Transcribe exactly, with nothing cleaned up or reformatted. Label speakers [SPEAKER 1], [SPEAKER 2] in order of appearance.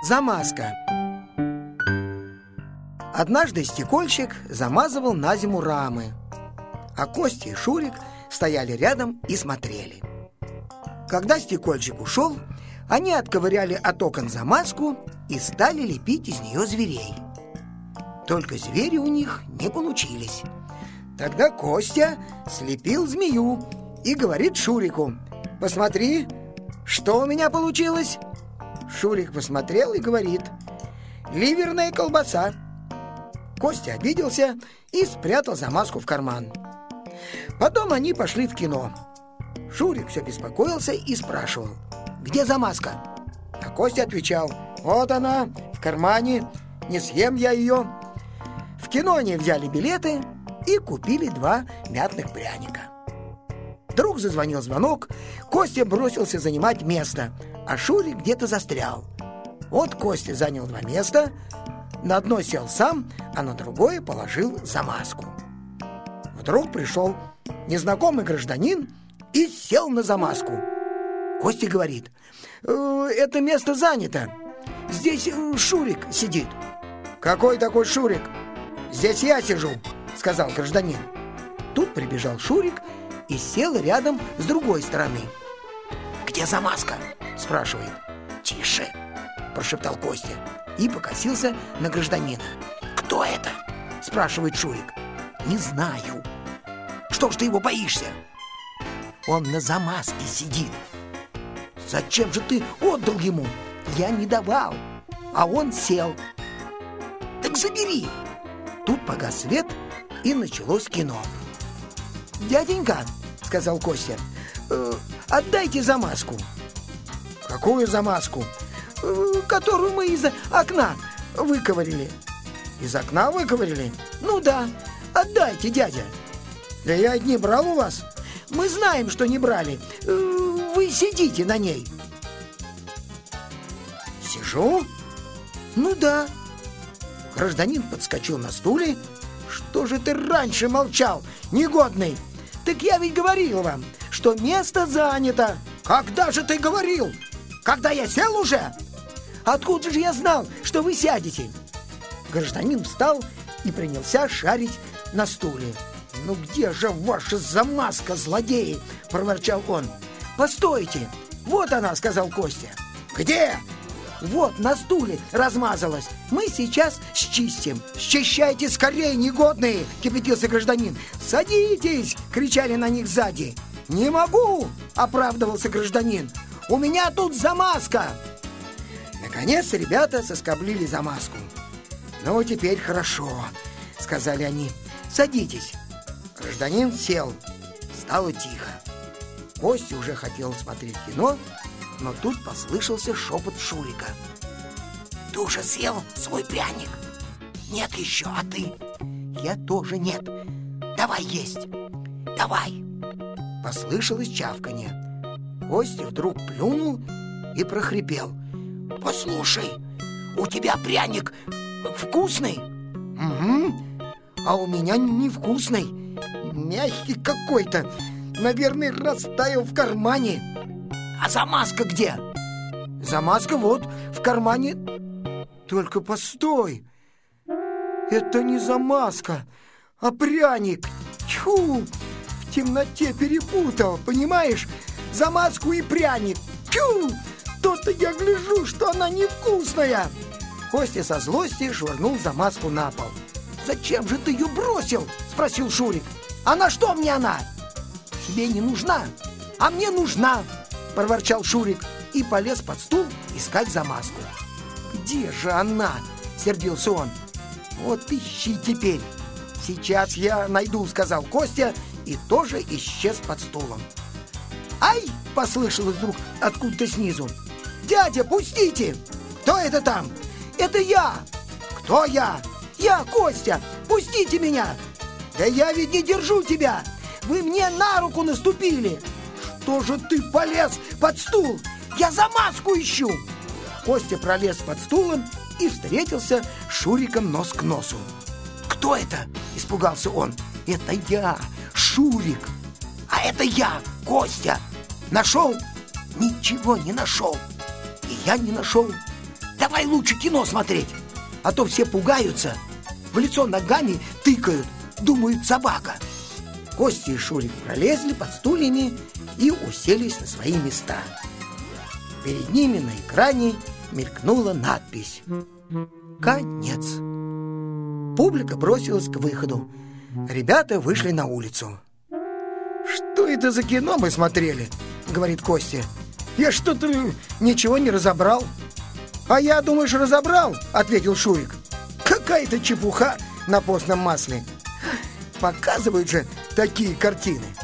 [SPEAKER 1] Замазка. Однажды стекольщик замазывал на зиму рамы, а Костя и Шурик стояли рядом и смотрели. Когда стекольщик ушел, они отковыряли от окон замазку и стали лепить из нее зверей. Только звери у них не получились. Тогда Костя слепил змею и говорит Шурику: «Посмотри, что у меня получилось». Шурик посмотрел и говорит: «Ливерная колбаса». Костя обиделся и спрятал замазку в карман. Потом они пошли в кино. Шурик все беспокоился и спрашивал: «Где замазка?» А Костя отвечал: «Вот она, в кармане, не съем я ее». В кино они взяли билеты и купили два мятных пряника. Вдруг зазвонил звонок, Костя бросился занимать место, а Шурик где-то застрял. Вот Костя занял два места, на одно сел сам, а на другое положил замазку. Вдруг пришел незнакомый гражданин и сел на замазку. Костя говорит: «Э, это место занято, здесь э, Шурик сидит». «Какой такой Шурик? Здесь я сижу», — сказал гражданин. Тут прибежал Шурик и сел рядом с другой стороны. «Где замазка?» — спрашивает. «Тише!» — прошептал Костя и покосился на гражданина. «Кто это?» — спрашивает Шурик. «Не знаю». «Что ж ты его боишься?» «Он на замазке сидит». «Зачем же ты отдал ему?» «Я не давал, а он сел». «Так забери!» Тут погас свет, и началось кино. «Дяденька», — сказал Костя, э, — «отдайте замазку». «Какую замазку?» э, «Которую мы из окна выковырили». «Из окна выковырили?» «Ну да, отдайте, дядя». «Да я не брал у вас». «Мы знаем, что не брали. э, Вы сидите на ней». «Сижу?» «Ну да». Гражданин подскочил на стуле. «Что же ты раньше молчал, негодный? Так я ведь говорил вам, что место занято». «Когда же ты говорил? Когда я сел уже?» «Откуда же я знал, что вы сядете?» Гражданин встал и принялся шарить на стуле. «Ну где же ваша замазка, злодеи?» – проворчал он. «Постойте! Вот она!» – сказал Костя. «Где?» «Вот на стуле размазалась. Мы сейчас счистим». «Счищайте скорее, негодные!» – кипятился гражданин. «Садитесь!» – кричали на них сзади. «Не могу!» – оправдывался гражданин. «У меня тут замазка!» Наконец ребята соскоблили замазку. «Ну, теперь хорошо», — сказали они. «Садитесь». Гражданин сел. Стало тихо. Костя уже хотел смотреть кино, но тут послышался шепот Шурика. «Ты уже съел свой пряник?» «Нет еще, а ты?» «Я тоже нет. Давай есть». «Давай». Послышалось чавканье. Костя вдруг плюнул и прохрипел: «Послушай, у тебя пряник вкусный?» «Угу, а у меня невкусный, мягкий какой-то, наверное, растаял в кармане». «А замазка где?» «Замазка вот в кармане». «Только постой, это не замазка, а пряник. Тьфу, в темноте перепутал, понимаешь? Замазку и пряник. Тьфу, то-то я гляжу, что она невкусная». Костя со злости швырнул замазку на пол. «Зачем же ты ее бросил?» – спросил Шурик. «А на что мне она?» «Тебе не нужна, а мне нужна», – проворчал Шурик и полез под стул искать замазку. «Где же она?» – сердился он. «Вот ищи теперь». «Сейчас я найду», – сказал Костя и тоже исчез под стулом. «Ай!» – послышалось вдруг откуда-то снизу. «Дядя, пустите!» «Кто это там?» «Это я!» «Кто я?» «Я, Костя! Пустите меня!» «Да я ведь не держу тебя! Вы мне на руку наступили!» «Что же ты полез под стул? Я замазку ищу!» Костя пролез под стулом и встретился с Шуриком нос к носу. «Кто это?» – испугался он. «Это я, Шурик!» «А это я, Костя! Нашел?» «Ничего не нашел!» «И я не нашел!» давай лучше кино смотреть. А то все пугаются, в лицо ногами тыкают, думают собака. Костя и Шурик пролезли под стульями и уселись на свои места. Перед ними на экране мелькнула надпись «Конец». Публика бросилась к выходу. Ребята вышли на улицу. «Что это за кино мы смотрели?» — говорит Костя. «Я что-то ничего не разобрал». «А я, думаешь, разобрал?» — ответил Шурик. «Какая-то чепуха на постном масле. Показывают же такие картины».